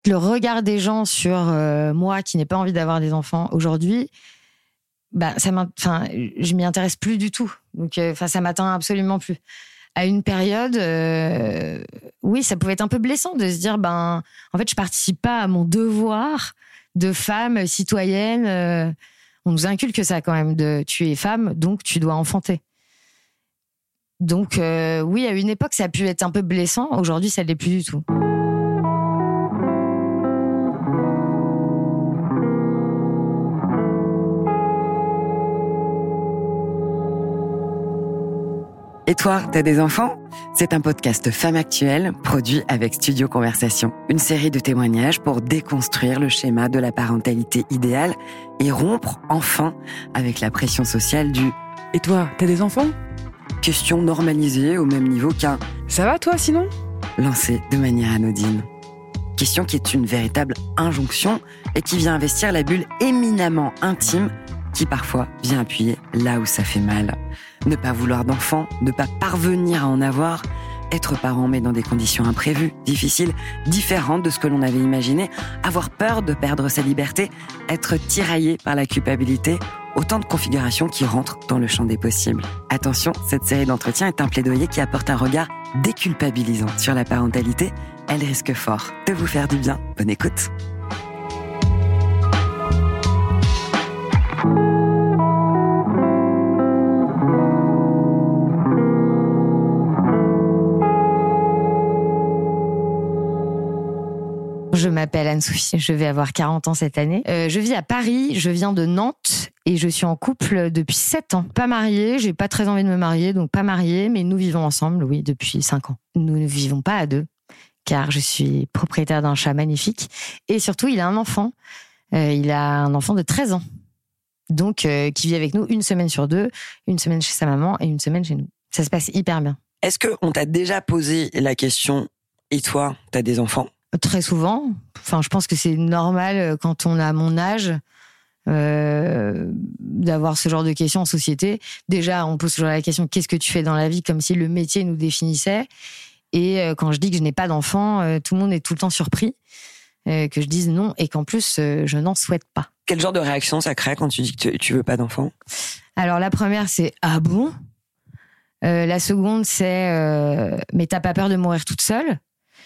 le regard des gens sur moi qui n'ai pas envie d'avoir des enfants aujourd'hui, je m'y intéresse plus du tout. Donc, ça m'atteint absolument plus. À une période, oui, ça pouvait être un peu blessant de se dire, en fait, je participe pas à mon devoir de femme citoyenne. On nous inculque ça quand même, tu es femme, donc tu dois enfanter. Donc, oui, à une époque, ça a pu être un peu blessant. Aujourd'hui, ça ne l'est plus du tout. Et toi, t'as des enfants ? C'est un podcast Femme Actuelle, produit avec Studio Conversation. Une série de témoignages pour déconstruire le schéma de la parentalité idéale et rompre enfin avec la pression sociale du « Et toi, t'as des enfants ?» Question normalisée au même niveau qu'un « Ça va toi sinon ?» lancé de manière anodine. Question qui est une véritable injonction et qui vient investir la bulle éminemment intime qui parfois vient appuyer là où ça fait mal. Ne pas vouloir d'enfant, ne pas parvenir à en avoir, être parent mais dans des conditions imprévues, difficiles, différentes de ce que l'on avait imaginé, avoir peur de perdre sa liberté, être tiraillé par la culpabilité, autant de configurations qui rentrent dans le champ des possibles. Attention, cette série d'entretiens est un plaidoyer qui apporte un regard déculpabilisant sur la parentalité. Elle risque fort de vous faire du bien. Bonne écoute. Je m'appelle Anne-Sophie, je vais avoir 40 ans cette année. Je vis à Paris, je viens de Nantes et je suis en couple depuis 7 ans. Pas mariée, j'ai pas très envie de me marier, donc pas mariée, mais nous vivons ensemble, oui, depuis 5 ans. Nous ne vivons pas à deux, car je suis propriétaire d'un chat magnifique. Et surtout, il a un enfant. Il a un enfant de 13 ans. Donc, qui vit avec nous une semaine sur 2, une semaine chez sa maman et une semaine chez nous. Ça se passe hyper bien. Est-ce qu'on t'a déjà posé la question « Et toi, t'as des enfants ?» Très souvent. Enfin, je pense que c'est normal quand on a mon âge d'avoir ce genre de questions en société. Déjà, on pose toujours la question « Qu'est-ce que tu fais dans la vie ?» comme si le métier nous définissait. Et quand je dis que je n'ai pas d'enfant, tout le monde est tout le temps surpris que je dise non et qu'en plus, je n'en souhaite pas. Quel genre de réaction ça crée quand tu dis que tu veux pas d'enfant ? Alors, la première, c'est « Ah bon ?» La seconde, c'est « Mais t'as pas peur de mourir toute seule ?»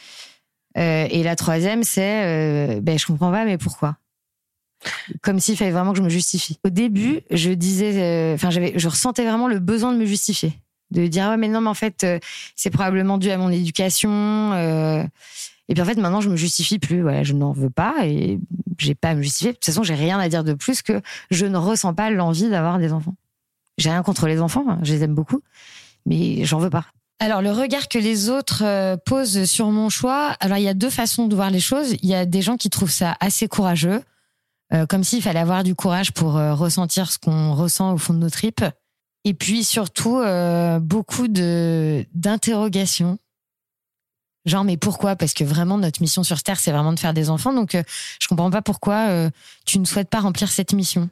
Et la troisième, c'est je comprends pas, mais pourquoi ? Comme s'il fallait vraiment que je me justifie. Au début, je disais, je ressentais vraiment le besoin de me justifier, de dire ouais, mais non, mais en fait, c'est probablement dû à mon éducation. Et puis en fait, maintenant, je me justifie plus. Voilà, je n'en veux pas et j'ai pas à me justifier. De toute façon, j'ai rien à dire de plus que je ne ressens pas l'envie d'avoir des enfants. J'ai rien contre les enfants, hein, je les aime beaucoup, mais j'en veux pas. Alors, le regard que les autres posent sur mon choix, alors il y a 2 façons de voir les choses. Il y a des gens qui trouvent ça assez courageux, comme s'il fallait avoir du courage pour ressentir ce qu'on ressent au fond de nos tripes. Et puis surtout, beaucoup d'interrogations. Genre, mais pourquoi ? Parce que vraiment, notre mission sur Terre, c'est vraiment de faire des enfants. Donc, je comprends pas pourquoi tu ne souhaites pas remplir cette mission.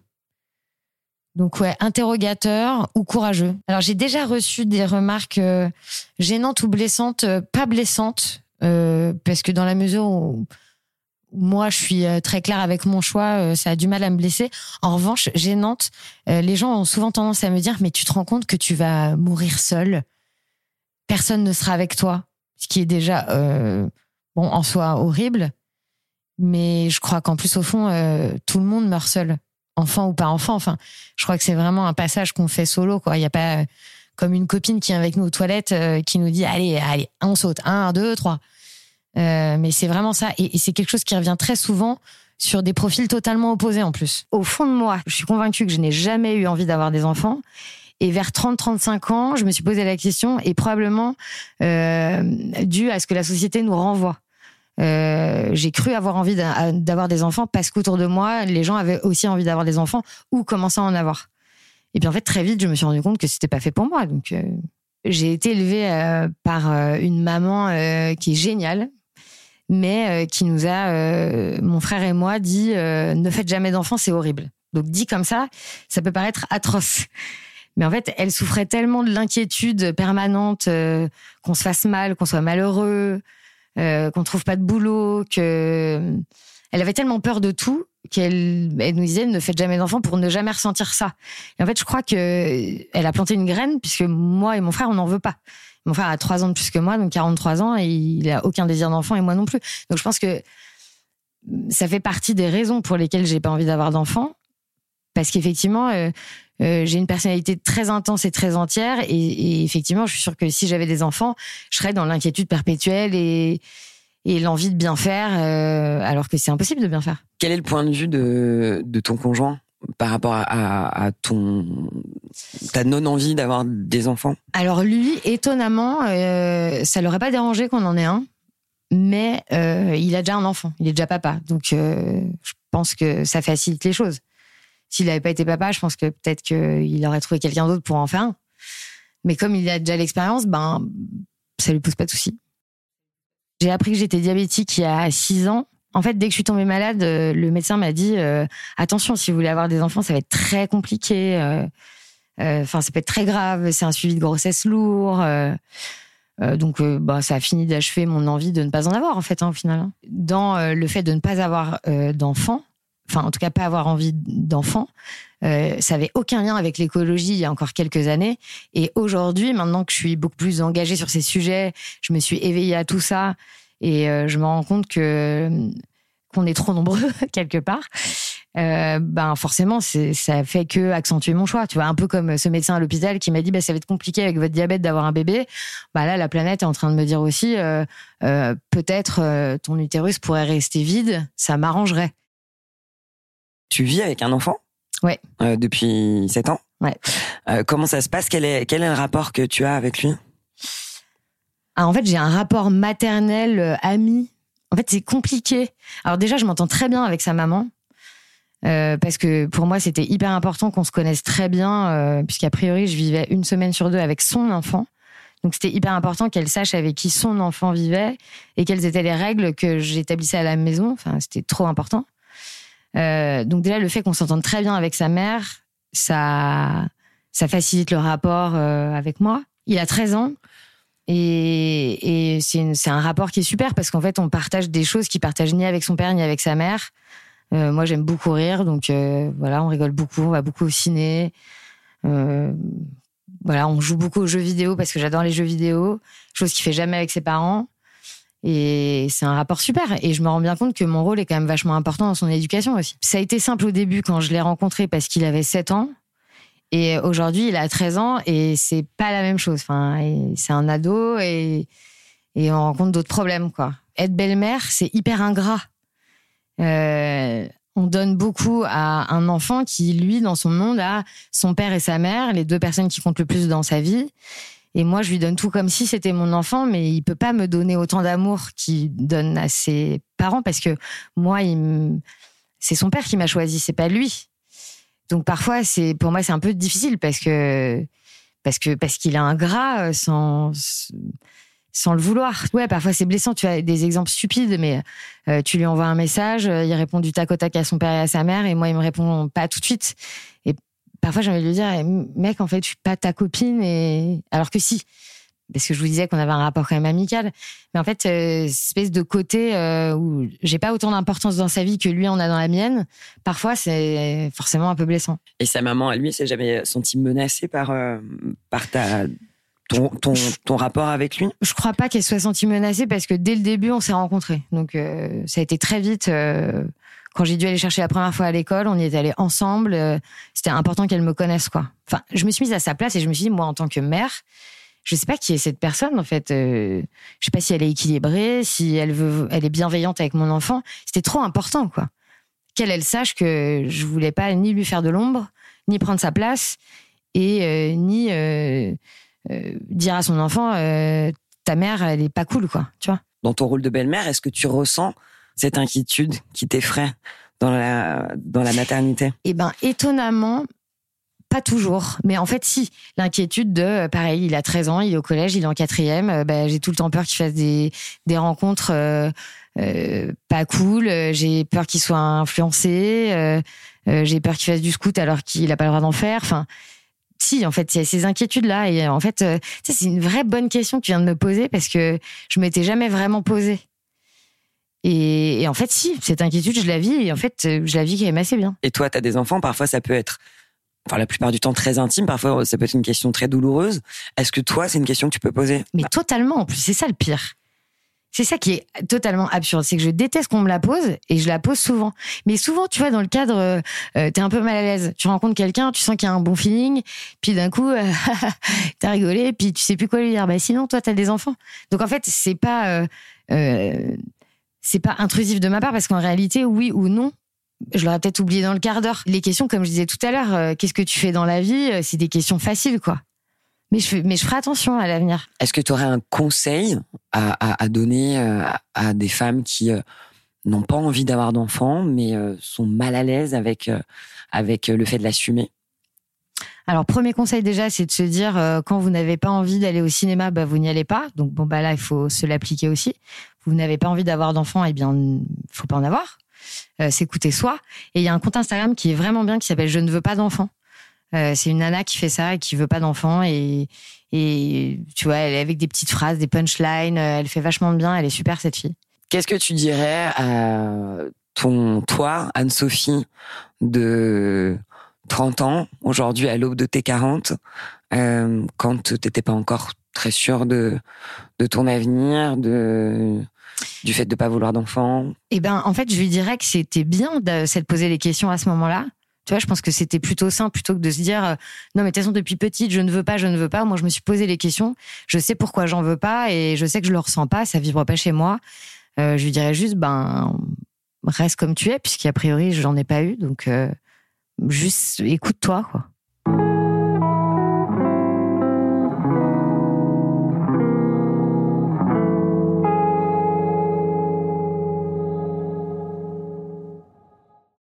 Donc ouais, interrogateur ou courageux. Alors j'ai déjà reçu des remarques gênantes ou blessantes, pas blessantes, parce que dans la mesure où moi je suis très claire avec mon choix, ça a du mal à me blesser. En revanche, gênantes, les gens ont souvent tendance à me dire mais tu te rends compte que tu vas mourir seule, personne ne sera avec toi, ce qui est déjà en soi horrible, mais je crois qu'en plus au fond tout le monde meurt seul. Enfant ou pas enfant, enfin, je crois que c'est vraiment un passage qu'on fait solo, quoi. Il n'y a pas comme une copine qui est avec nous aux toilettes qui nous dit allez, on saute, 1, 2, 3. Mais c'est vraiment ça. Et c'est quelque chose qui revient très souvent sur des profils totalement opposés en plus. Au fond de moi, je suis convaincue que je n'ai jamais eu envie d'avoir des enfants. Et vers 30-35 ans, je me suis posé la question, et probablement dû à ce que la société nous renvoie. J'ai cru avoir envie d'avoir des enfants parce qu'autour de moi, les gens avaient aussi envie d'avoir des enfants ou commençaient à en avoir. Et puis en fait, très vite, je me suis rendu compte que c'était pas fait pour moi. Donc, j'ai été élevée par une maman qui est géniale, mais qui nous a, mon frère et moi, dit ne faites jamais d'enfants, c'est horrible. Donc dit comme ça peut paraître atroce. Mais en fait, elle souffrait tellement de l'inquiétude permanente qu'on se fasse mal, qu'on soit malheureux, qu'on trouve pas de boulot, que elle avait tellement peur de tout qu'elle nous disait ne faites jamais d'enfants pour ne jamais ressentir ça. Et en fait, je crois que elle a planté une graine puisque moi et mon frère on n'en veut pas. Mon frère a 3 ans de plus que moi, donc 43 ans, et il a aucun désir d'enfant et moi non plus. Donc je pense que ça fait partie des raisons pour lesquelles j'ai pas envie d'avoir d'enfants, parce qu'effectivement j'ai une personnalité très intense et très entière, et effectivement je suis sûre que si j'avais des enfants, je serais dans l'inquiétude perpétuelle et l'envie de bien faire, alors que c'est impossible de bien faire. Quel est le point de vue de ton conjoint par rapport à ta non-envie d'avoir des enfants? Alors lui, étonnamment, ça l'aurait pas dérangé qu'on en ait un, mais il a déjà un enfant, il est déjà papa, donc je pense que ça facilite les choses. S'il n'avait pas été papa, je pense que peut-être qu'il aurait trouvé quelqu'un d'autre pour en faire un. Mais comme il a déjà l'expérience, ça lui pose pas de souci. J'ai appris que j'étais diabétique il y a 6 ans. En fait, dès que je suis tombée malade, le médecin m'a dit attention, si vous voulez avoir des enfants, ça va être très compliqué. Ça peut être très grave. C'est un suivi de grossesse lourd. Donc, ça a fini d'achever mon envie de ne pas en avoir, en fait, au final. Dans le fait de ne pas avoir d'enfants, enfin, en tout cas, pas avoir envie d'enfants, ça avait aucun lien avec l'écologie il y a encore quelques années. Et aujourd'hui, maintenant que je suis beaucoup plus engagée sur ces sujets, je me suis éveillée à tout ça et je me rends compte qu'on est trop nombreux quelque part. Forcément, ça fait que accentuer mon choix. Tu vois, un peu comme ce médecin à l'hôpital qui m'a dit ça va être compliqué avec votre diabète d'avoir un bébé. Là, la planète est en train de me dire aussi peut-être ton utérus pourrait rester vide, ça m'arrangerait. Tu vis avec un enfant ? Ouais. Depuis 7 ans ? Ouais. Comment ça se passe ? Quel est le rapport que tu as avec lui ? En fait, j'ai un rapport maternel, ami. En fait, c'est compliqué. Alors déjà, je m'entends très bien avec sa maman. Parce que pour moi, c'était hyper important qu'on se connaisse très bien, puisqu'a priori, je vivais 1 semaine sur 2 avec son enfant. Donc c'était hyper important qu'elle sache avec qui son enfant vivait et quelles étaient les règles que j'établissais à la maison. Enfin, c'était trop important. Donc déjà, le fait qu'on s'entende très bien avec sa mère, ça facilite le rapport avec moi. Il a 13 ans et c'est un rapport qui est super parce qu'en fait, on partage des choses qu'il partage ni avec son père ni avec sa mère. Moi, j'aime beaucoup rire, donc on rigole beaucoup, on va beaucoup au ciné. On joue beaucoup aux jeux vidéo parce que j'adore les jeux vidéo, chose qu'il fait jamais avec ses parents. Et c'est un rapport super. Et je me rends bien compte que mon rôle est quand même vachement important dans son éducation aussi. Ça a été simple au début quand je l'ai rencontré parce qu'il avait 7 ans. Et aujourd'hui, il a 13 ans et c'est pas la même chose. C'est un ado et on rencontre d'autres problèmes, quoi. Être belle-mère, c'est hyper ingrat. On donne beaucoup à un enfant qui, lui, dans son monde, a son père et sa mère, les 2 personnes qui comptent le plus dans sa vie. Et moi, je lui donne tout comme si c'était mon enfant, mais il peut pas me donner autant d'amour qu'il donne à ses parents parce que moi, c'est son père qui m'a choisi, c'est pas lui. Donc parfois, pour moi, c'est un peu difficile parce qu'il est ingrat sans le vouloir. Ouais, parfois c'est blessant. Tu as des exemples stupides, mais tu lui envoies un message, il répond du tac au tac à son père et à sa mère, et moi, il me répond pas tout de suite. Et parfois, j'ai envie de lui dire, mec, en fait, je suis pas ta copine, alors que si. Parce que je vous disais qu'on avait un rapport quand même amical. Mais en fait, espèce de côté où j'ai pas autant d'importance dans sa vie que lui en a dans la mienne, parfois, c'est forcément un peu blessant. Et sa maman, à lui, elle s'est jamais sentie menacée par ton rapport avec lui? Je crois pas qu'elle soit sentie menacée parce que dès le début, on s'est rencontrés. Donc, ça a été très vite. Quand j'ai dû aller chercher la première fois à l'école, on y est allés ensemble. C'était important qu'elle me connaisse, quoi. Enfin, je me suis mise à sa place et je me suis dit, moi, en tant que mère, je sais pas qui est cette personne, en fait. Je sais pas si elle est équilibrée, si elle est bienveillante avec mon enfant. C'était trop important, quoi. Qu'elle sache que je voulais pas ni lui faire de l'ombre, ni prendre sa place, et ni dire à son enfant, ta mère, elle est pas cool, quoi. Tu vois. Dans ton rôle de belle-mère, est-ce que tu ressens cette inquiétude qui t'effraie dans la maternité? Eh ben, étonnamment, pas toujours. Mais en fait, si. L'inquiétude de, pareil, il a 13 ans, il est au collège, il est en 4e, j'ai tout le temps peur qu'il fasse des rencontres pas cool, j'ai peur qu'il soit influencé, j'ai peur qu'il fasse du scout alors qu'il a pas le droit d'en faire. Enfin, Si, en fait, il y a ces inquiétudes-là. Et en fait, c'est une vraie bonne question que tu viens de me poser parce que je m'étais jamais vraiment posée. Et en fait, si, cette inquiétude, je la vis. Et en fait, je la vis quand même assez bien. Et toi, t'as des enfants, parfois ça peut être, la plupart du temps très intime, parfois ça peut être une question très douloureuse. Est-ce que toi, c'est une question que tu peux poser? Mais totalement, en plus, c'est ça le pire. C'est ça qui est totalement absurde, c'est que je déteste qu'on me la pose et je la pose souvent. Mais souvent, tu vois, dans le cadre, t'es un peu mal à l'aise. Tu rencontres quelqu'un, tu sens qu'il y a un bon feeling, puis d'un coup, t'as rigolé, puis tu sais plus quoi lui dire. Bah sinon, toi, t'as des enfants. Donc en fait, c'est pas intrusif de ma part parce qu'en réalité, oui ou non, je l'aurais peut-être oublié dans le quart d'heure. Les questions, comme je disais tout à l'heure, qu'est-ce que tu fais dans la vie, c'est des questions faciles, quoi. Mais je ferai attention à l'avenir. Est-ce que tu aurais un conseil à donner à des femmes qui n'ont pas envie d'avoir d'enfants, mais sont mal à l'aise avec le fait de l'assumer? Alors, premier conseil déjà, c'est de se dire, quand vous n'avez pas envie d'aller au cinéma, vous n'y allez pas. Donc, là, il faut se l'appliquer aussi. Vous n'avez pas envie d'avoir d'enfants, eh bien, faut pas en avoir. S'écouter soi. Et il y a un compte Instagram qui est vraiment bien, qui s'appelle « Je ne veux pas d'enfants ». C'est une nana qui fait ça et qui veut pas d'enfants et tu vois, elle est avec des petites phrases, des punchlines, elle fait vachement bien, elle est super cette fille. Qu'est-ce que tu dirais à toi, Anne-Sophie, de 30 ans, aujourd'hui à l'aube de tes 40, quand t'étais pas encore très sûre de ton avenir, du fait de pas vouloir d'enfants? Eh ben, en fait, je lui dirais que c'était bien de poser les questions à ce moment-là. Tu vois, je pense que c'était plutôt sain plutôt que de se dire non, mais de toute façon, depuis petite, je ne veux pas. Moi, je me suis posé les questions. Je sais pourquoi j'en veux pas et je sais que je le ressens pas. Ça vibre pas chez moi. Je lui dirais juste, reste comme tu es, puisqu'a priori, j'en ai pas eu. Donc, juste écoute-toi, quoi.